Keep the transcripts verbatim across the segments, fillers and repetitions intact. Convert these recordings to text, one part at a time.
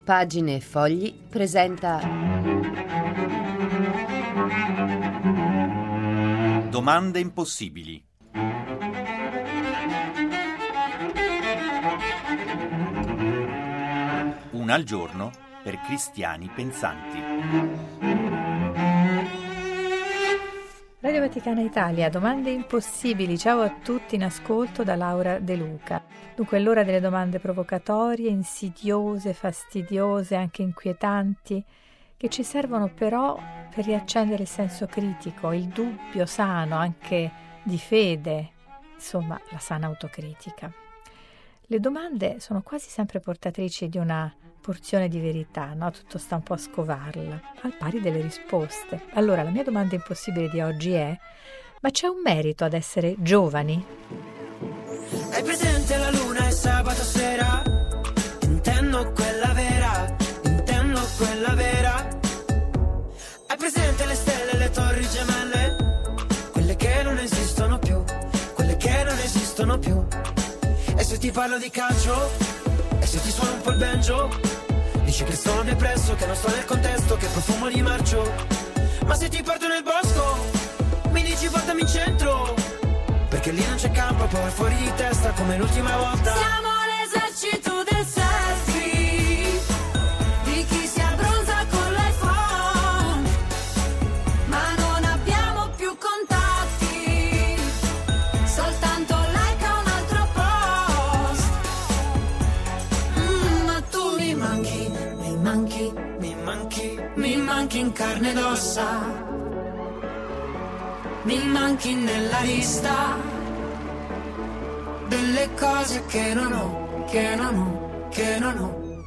Pagine e Fogli presenta Domande impossibili. Una al giorno per cristiani pensanti. Radio Vaticana Italia, domande impossibili. Ciao a tutti, in ascolto da Laura De Luca. Dunque è l'ora delle domande provocatorie, insidiose, fastidiose, anche inquietanti, che ci servono però per riaccendere il senso critico, il dubbio sano, anche di fede, insomma la sana autocritica. Le domande sono quasi sempre portatrici di una porzione di verità, no? Tutto sta un po' a scovarla, al pari delle risposte. Allora, la mia domanda impossibile di oggi è: ma c'è un merito ad essere giovani? Hai presente la luna e sabato sera? Intendo quella vera, intendo quella vera. Hai presente le stelle e le torri gemelle? Quelle che non esistono più, quelle che non esistono più. E se ti parlo di calcio? E se ti suono un po' il banjo? Dici che sono depresso, che non sto nel contesto, che profumo di marcio. Ma se ti porto nel bosco, mi dici portami in centro, perché lì non c'è campo, poi fuori di testa come l'ultima volta. Siamo l'esercito del selfie, di chi si abbronza con l'iPhone, ma non abbiamo più contatti, soltanto like a un altro post. Mm, ma tu mi manchi, mi manchi, Mi manchi, mi manchi in carne ed ossa, mi manchi nella lista delle cose che non ho, che non ho, che non ho.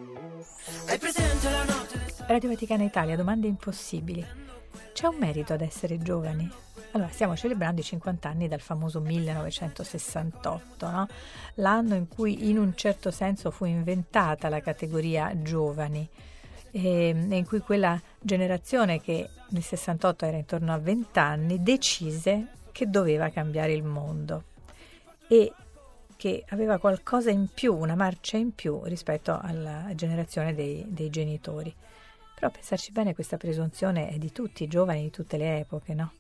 hai presente la notte del Radio Vaticana Italia, domande impossibili. C'è un merito ad essere giovani? Allora, stiamo celebrando i cinquanta anni dal famoso millenovecentosessantotto, no? L'anno in cui in un certo senso fu inventata la categoria giovani, e in cui quella generazione che nel sessantotto era intorno a venti anni decise che doveva cambiare il mondo e che aveva qualcosa in più, una marcia in più rispetto alla generazione dei, dei genitori. Però a pensarci bene, questa presunzione è di tutti i giovani di tutte le epoche, no?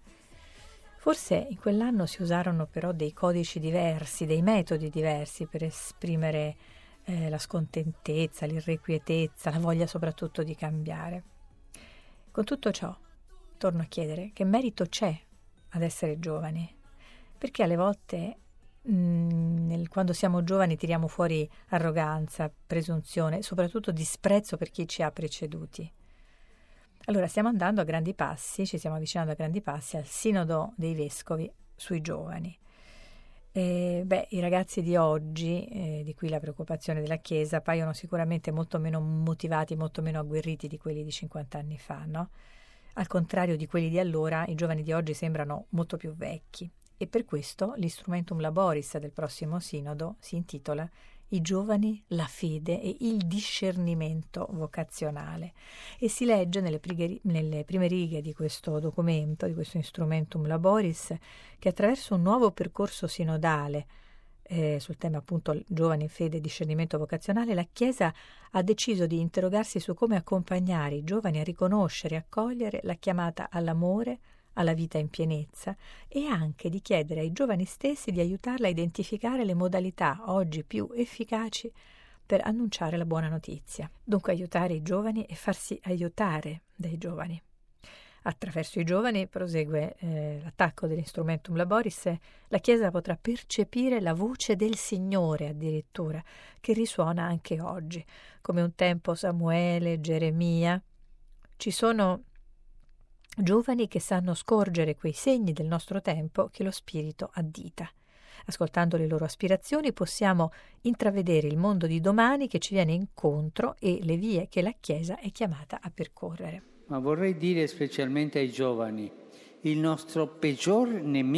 Forse in quell'anno si usarono però dei codici diversi, dei metodi diversi per esprimere Eh, la scontentezza, l'irrequietezza, la voglia soprattutto di cambiare. Con tutto ciò, torno a chiedere: che merito c'è ad essere giovani? Perché alle volte, mh, nel, quando siamo giovani, tiriamo fuori arroganza, presunzione, soprattutto disprezzo per chi ci ha preceduti. Allora, stiamo andando a grandi passi, ci stiamo avvicinando a grandi passi al Sinodo dei Vescovi sui giovani. Eh, beh, i ragazzi di oggi, eh, di cui la preoccupazione della Chiesa, paiono sicuramente molto meno motivati, molto meno agguerriti di quelli di cinquanta anni fa, no? Al contrario di quelli di allora, i giovani di oggi sembrano molto più vecchi, e per questo l'Instrumentum Laboris del prossimo sinodo si intitola I giovani, la fede e il discernimento vocazionale, e si legge nelle, prighe, nelle prime righe di questo documento, di questo Instrumentum Laboris, che attraverso un nuovo percorso sinodale eh, sul tema appunto giovani, fede e discernimento vocazionale, la Chiesa ha deciso di interrogarsi su come accompagnare i giovani a riconoscere e accogliere la chiamata all'amore, alla vita in pienezza, e anche di chiedere ai giovani stessi di aiutarla a identificare le modalità oggi più efficaci per annunciare la buona notizia. Dunque aiutare i giovani e farsi aiutare dai giovani. Attraverso i giovani, prosegue eh, l'attacco dell'Instrumentum Laboris, la Chiesa potrà percepire la voce del Signore addirittura, che risuona anche oggi, come un tempo Samuele, Geremia. Ci sono giovani che sanno scorgere quei segni del nostro tempo che lo Spirito addita. Ascoltando le loro aspirazioni possiamo intravedere il mondo di domani che ci viene incontro e le vie che la Chiesa è chiamata a percorrere. Ma vorrei dire specialmente ai giovani: il nostro peggior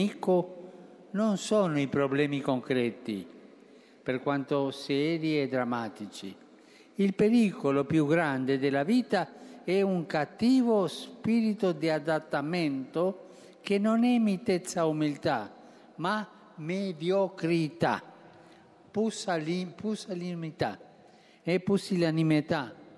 nemico non sono i problemi concreti, per quanto seri e drammatici. Il pericolo più grande della vita è un cattivo spirito di adattamento che non è mitezza o umiltà, ma mediocrità, pusillanimità e pusillanimità.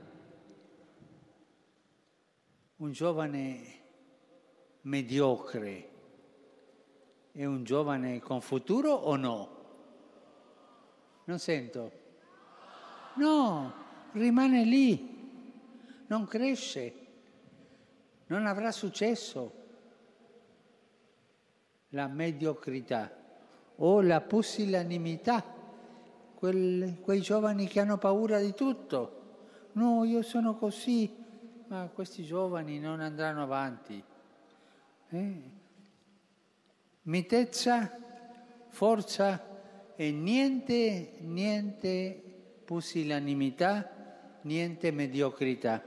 un giovane mediocre è un giovane con futuro o no? Non sento. No, rimane lì, non cresce, non avrà successo. La mediocrità o la pusillanimità, quel, quei giovani che hanno paura di tutto. No, io sono così, ma questi giovani non andranno avanti. Eh? Mitezza, forza e niente, niente pusillanimità, niente mediocrità.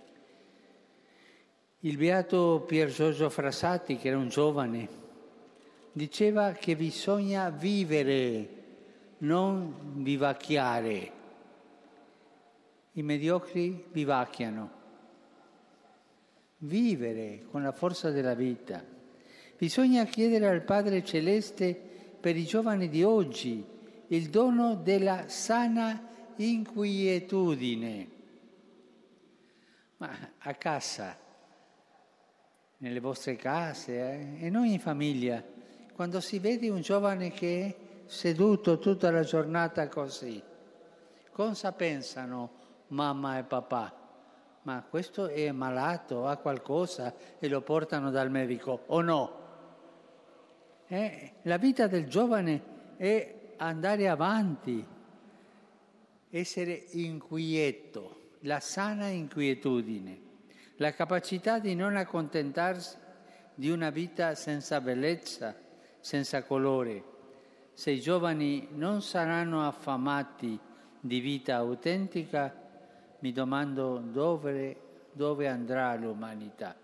Il beato Pier Giorgio Frassati, che era un giovane, diceva che bisogna vivere, non vivacchiare. I mediocri vivacchiano. Vivere con la forza della vita. Bisogna chiedere al Padre Celeste per i giovani di oggi il dono della sana inquietudine. Ma a casa, nelle vostre case eh, e non in famiglia, quando si vede un giovane che è seduto tutta la giornata così, cosa pensano mamma e papà? Ma questo è malato, ha qualcosa e lo portano dal medico, o no? Eh, la vita del giovane è andare avanti, essere inquieto, la sana inquietudine, la capacità di non accontentarsi di una vita senza bellezza, senza colore. Se i giovani non saranno affamati di vita autentica, mi domando dove, dove andrà l'umanità.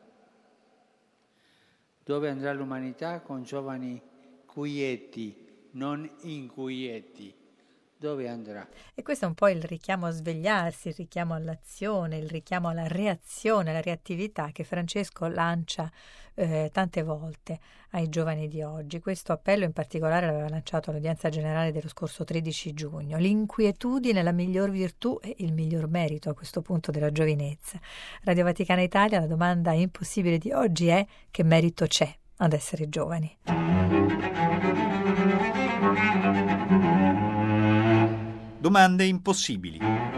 Dove andrà l'umanità con giovani quieti, non inquieti? Dove andrà? E questo è un po' il richiamo a svegliarsi, il richiamo all'azione, il richiamo alla reazione, alla reattività che Francesco lancia eh, tante volte ai giovani di oggi. Questo appello in particolare l'aveva lanciato all'udienza generale dello scorso tredici giugno. L'inquietudine è la miglior virtù e il miglior merito a questo punto della giovinezza. Radio Vaticana Italia, la domanda impossibile di oggi è: che merito c'è ad essere giovani? Domande impossibili.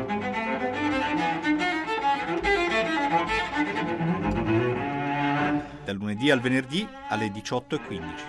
Dal lunedì al venerdì alle diciotto e quindici.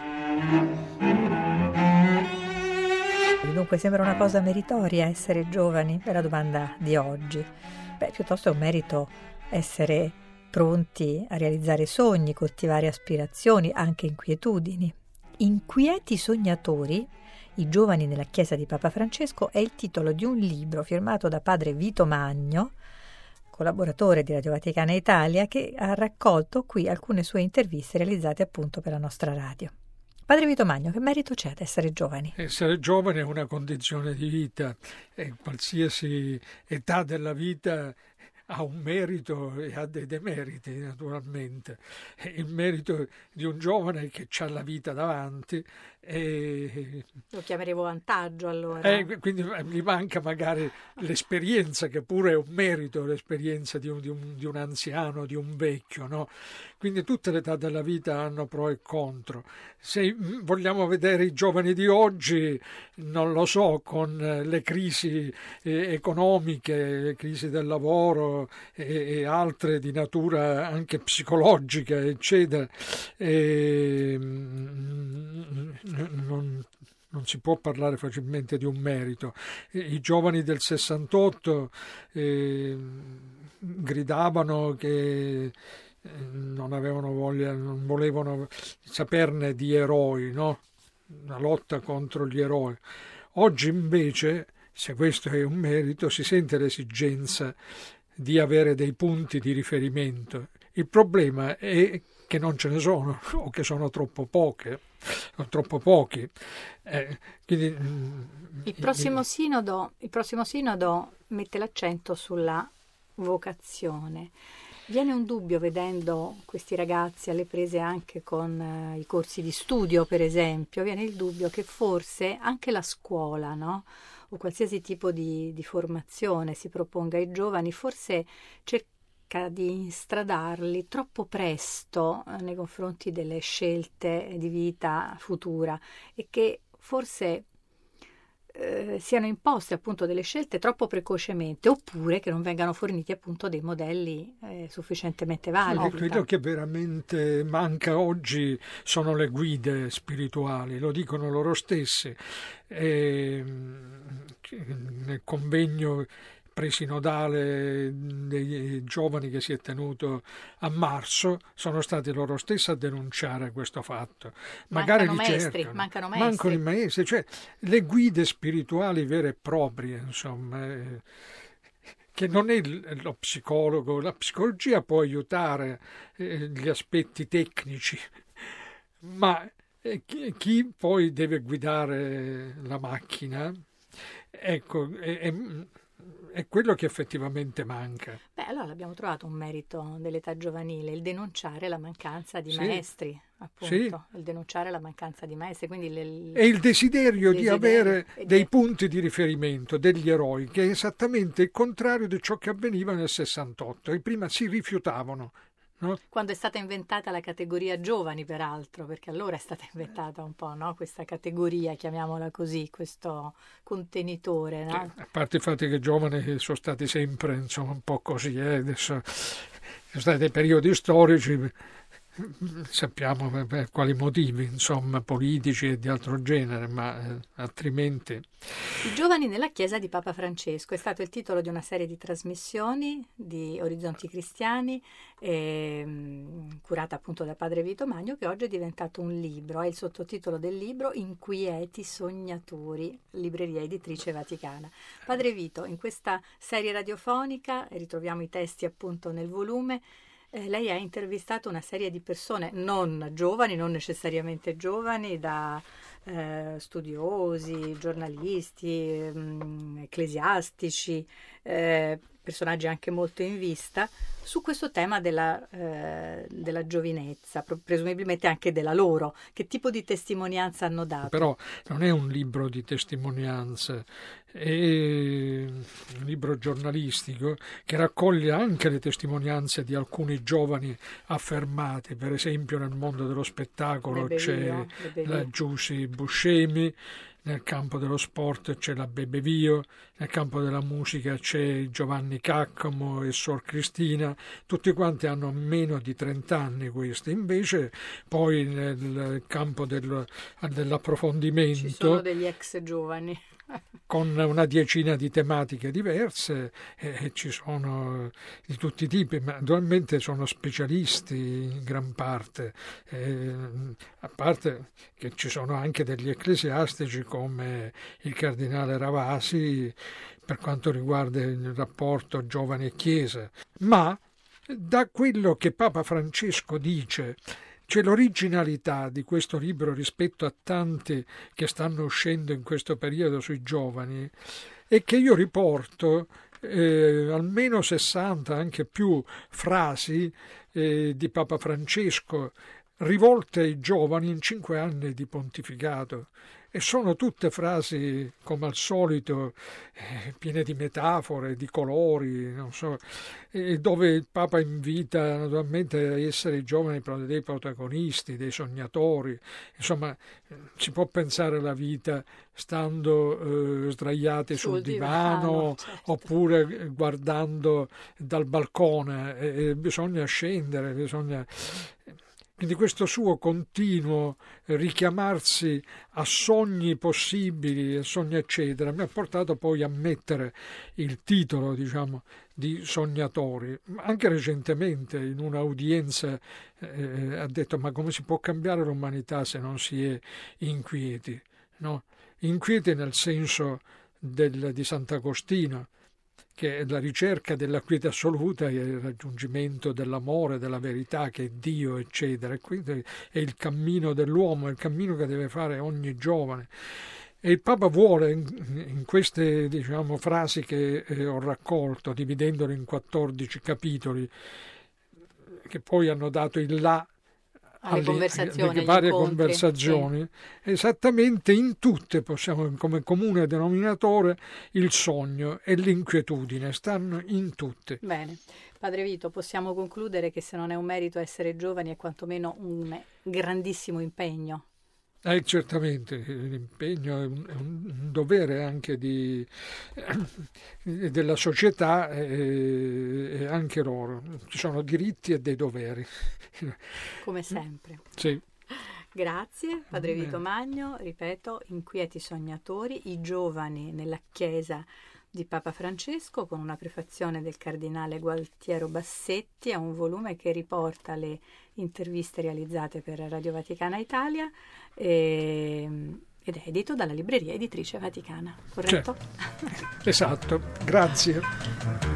Dunque sembra una cosa meritoria essere giovani? È la domanda di oggi. Beh, piuttosto è un merito essere pronti a realizzare sogni, coltivare aspirazioni, anche inquietudini. Inquieti sognatori, i giovani nella Chiesa di Papa Francesco, è il titolo di un libro firmato da padre Vito Magno, collaboratore di Radio Vaticana Italia, che ha raccolto qui alcune sue interviste realizzate appunto per la nostra radio. Padre Vito Magno, che merito c'è ad essere giovani? Essere giovane è una condizione di vita, e qualsiasi età della vita ha un merito e ha dei demeriti, naturalmente. Il merito di un giovane che ha la vita davanti e lo chiameremo vantaggio, allora. Eh, quindi gli manca magari l'esperienza, che pure è un merito, l'esperienza di un, di un, di un anziano, di un vecchio, no? Quindi tutte le età della vita hanno pro e contro. Se vogliamo vedere i giovani di oggi, non lo so, con le crisi eh, economiche, le crisi del lavoro e, e altre di natura anche psicologica, eccetera, e, non, non si può parlare facilmente di un merito. I giovani del sessantotto eh, gridavano che non avevano voglia, non volevano saperne di eroi, no? Una lotta contro gli eroi. Oggi invece, se questo è un merito, si sente l'esigenza di avere dei punti di riferimento. Il problema è che non ce ne sono, o che sono troppo poche, o troppo pochi. Eh, quindi, il prossimo sinodo, il prossimo sinodo mette l'accento sulla vocazione. Viene un dubbio vedendo questi ragazzi alle prese anche con eh, i corsi di studio, per esempio, viene il dubbio che forse anche la scuola, no? O qualsiasi tipo di, di formazione si proponga ai giovani, forse cerca cerca di instradarli troppo presto eh, nei confronti delle scelte di vita futura e che forse eh, siano imposte appunto delle scelte troppo precocemente, oppure che non vengano forniti appunto dei modelli eh, sufficientemente validi. Sì, quello che veramente manca oggi sono le guide spirituali, lo dicono loro stessi. E, nel convegno presinodale dei giovani che si è tenuto a marzo sono stati loro stessi a denunciare questo fatto. Magari mancano li maestri, cercano. mancano maestri. Mancano i maestri, cioè le guide spirituali vere e proprie, insomma, eh, che non è lo psicologo. La psicologia può aiutare eh, gli aspetti tecnici, ma eh, chi, chi poi deve guidare la macchina, ecco, è, è è quello che effettivamente manca. Beh, allora abbiamo trovato un merito dell'età giovanile, il denunciare la mancanza di sì. maestri, appunto, sì. il denunciare la mancanza di maestri, quindi le, e il desiderio, il desiderio di avere di... dei punti di riferimento, degli eroi, che è esattamente il contrario di ciò che avveniva nel sessantotto, e prima si rifiutavano. No? Quando è stata inventata la categoria giovani, peraltro, perché allora è stata inventata un po', no? Questa categoria, chiamiamola così, questo contenitore. No? A parte il fatto che i giovani sono stati sempre insomma, un po' così, eh? Adesso sono stati dei periodi storici, sappiamo per quali motivi, insomma, politici e di altro genere, ma eh, altrimenti... I giovani nella Chiesa di Papa Francesco è stato il titolo di una serie di trasmissioni di Orizzonti Cristiani, eh, curata appunto da padre Vito Magno, che oggi è diventato un libro. È il sottotitolo del libro Inquieti Sognatori, libreria editrice vaticana. Padre Vito, in questa serie radiofonica, ritroviamo i testi appunto nel volume, Eh, lei ha intervistato una serie di persone, non giovani, non necessariamente giovani, da eh, studiosi, giornalisti, mh, ecclesiastici, eh, personaggi anche molto in vista, su questo tema della, eh, della giovinezza, presumibilmente anche della loro. Che tipo di testimonianza hanno dato? Però non è un libro di testimonianze, è un libro giornalistico che raccoglie anche le testimonianze di alcuni giovani affermati. Per esempio nel mondo dello spettacolo c'è la Giussi Buscemi, nel campo dello sport c'è la Bebe Vio, nel campo della musica c'è Giovanni Caccamo e Sor Cristina, tutti quanti hanno meno di trenta anni questi. Invece poi nel campo del, dell'approfondimento ci sono degli ex giovani con una decina di tematiche diverse, e ci sono di tutti i tipi, ma naturalmente sono specialisti in gran parte, eh, a parte che ci sono anche degli ecclesiastici come il cardinale Ravasi per quanto riguarda il rapporto giovane e chiesa. Ma da quello che Papa Francesco dice, c'è l'originalità di questo libro rispetto a tanti che stanno uscendo in questo periodo sui giovani, e che io riporto eh, almeno sessanta, anche più, frasi eh, di Papa Francesco rivolte ai giovani in cinque anni di pontificato. E sono tutte frasi, come al solito, eh, piene di metafore, di colori, non so, eh, dove il Papa invita naturalmente a essere i giovani dei protagonisti, dei sognatori. Insomma, eh, si può pensare alla vita stando eh, sdraiati sul, sul divano, divano certo. Oppure guardando dal balcone. Eh, bisogna scendere, bisogna... Quindi questo suo continuo richiamarsi a sogni possibili, a sogni eccetera, mi ha portato poi a mettere il titolo, diciamo, di Sognatori. Anche recentemente in un'udienza eh, ha detto: ma come si può cambiare l'umanità se non si è inquieti? No? Inquieti nel senso del, di Sant'Agostino, che è la ricerca della quiete assoluta e il raggiungimento dell'amore, della verità che è Dio, eccetera. E quindi è il cammino dell'uomo, è il cammino che deve fare ogni giovane. E il Papa vuole, in queste diciamo, frasi che eh, ho raccolto, dividendole in quattordici capitoli, che poi hanno dato il là alle alle, conversazioni, alle agli varie incontri, conversazioni, sì. Esattamente in tutte possiamo, come comune denominatore, il sogno e l'inquietudine stanno in tutte. Bene, Padre Vito, possiamo concludere che se non è un merito essere giovani è quantomeno un grandissimo impegno. Eh, certamente, l'impegno è un, è un dovere anche di, eh, della società e, e anche loro. Ci sono diritti e dei doveri. Come sempre. Sì. Grazie, Padre Vito Magno. Ripeto, Inquieti sognatori, i giovani nella Chiesa di Papa Francesco, con una prefazione del cardinale Gualtiero Bassetti. È un volume che riporta le interviste realizzate per Radio Vaticana Italia e, ed è edito dalla libreria editrice Vaticana, corretto? Certo. Esatto, grazie.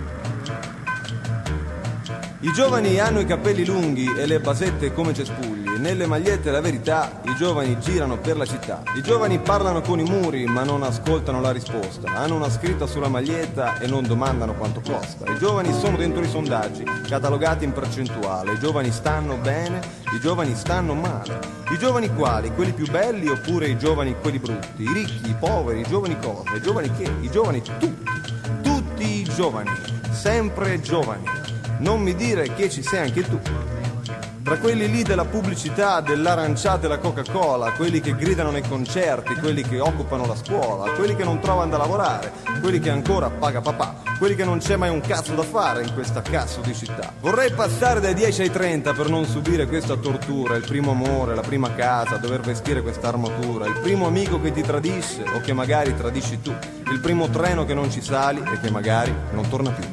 I giovani hanno i capelli lunghi e le basette come cespugli. Nelle magliette la verità, i giovani girano per la città. I giovani parlano con i muri ma non ascoltano la risposta. Hanno una scritta sulla maglietta e non domandano quanto costa. I giovani sono dentro i sondaggi, catalogati in percentuale. I giovani stanno bene, i giovani stanno male. I giovani quali? Quelli più belli oppure i giovani quelli brutti? I ricchi, i poveri, i giovani cosa? I giovani che? I giovani tutti. Tutti i giovani, sempre giovani. Non mi dire che ci sei anche tu. Tra quelli lì della pubblicità, dell'aranciata e della Coca-Cola, quelli che gridano nei concerti, quelli che occupano la scuola, quelli che non trovano da lavorare, quelli che ancora paga papà, quelli che non c'è mai un cazzo da fare in questa cazzo di città. Vorrei passare dai dieci ai trenta per non subire questa tortura, il primo amore, la prima casa, dover vestire questa armatura, il primo amico che ti tradisce o che magari tradisci tu, il primo treno che non ci sali e che magari non torna più.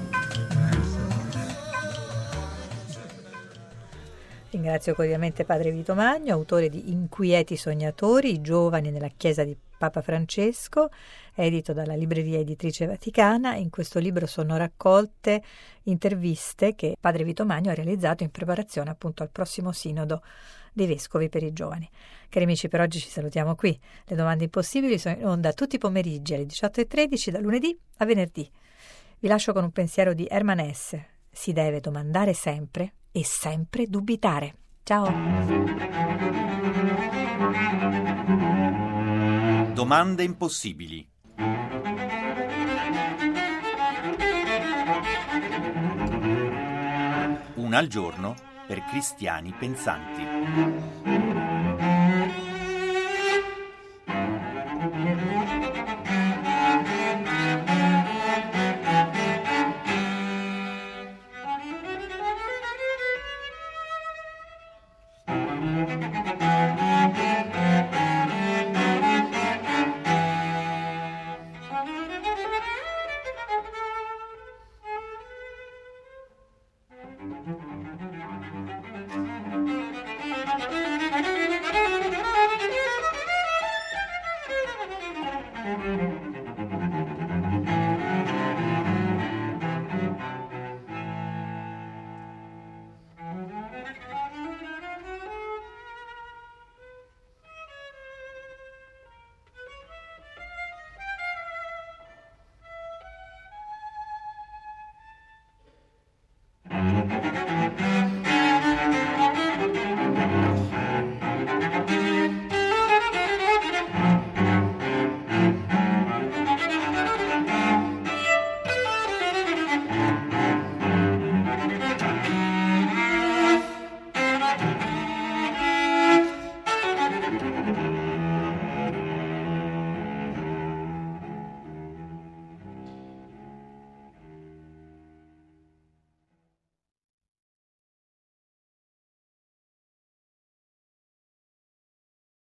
Ringrazio cordialmente Padre Vito Magno, autore di Inquieti sognatori, i giovani nella Chiesa di Papa Francesco, edito dalla libreria editrice Vaticana. In questo libro sono raccolte interviste che Padre Vito Magno ha realizzato in preparazione appunto al prossimo sinodo dei vescovi per i giovani. Cari amici, per oggi ci salutiamo qui. Le domande impossibili sono in onda tutti i pomeriggi alle diciotto e tredici da lunedì a venerdì. Vi lascio con un pensiero di Hermann Hesse. Si deve domandare sempre e sempre dubitare. Ciao! Domande impossibili. Una al giorno per cristiani pensanti.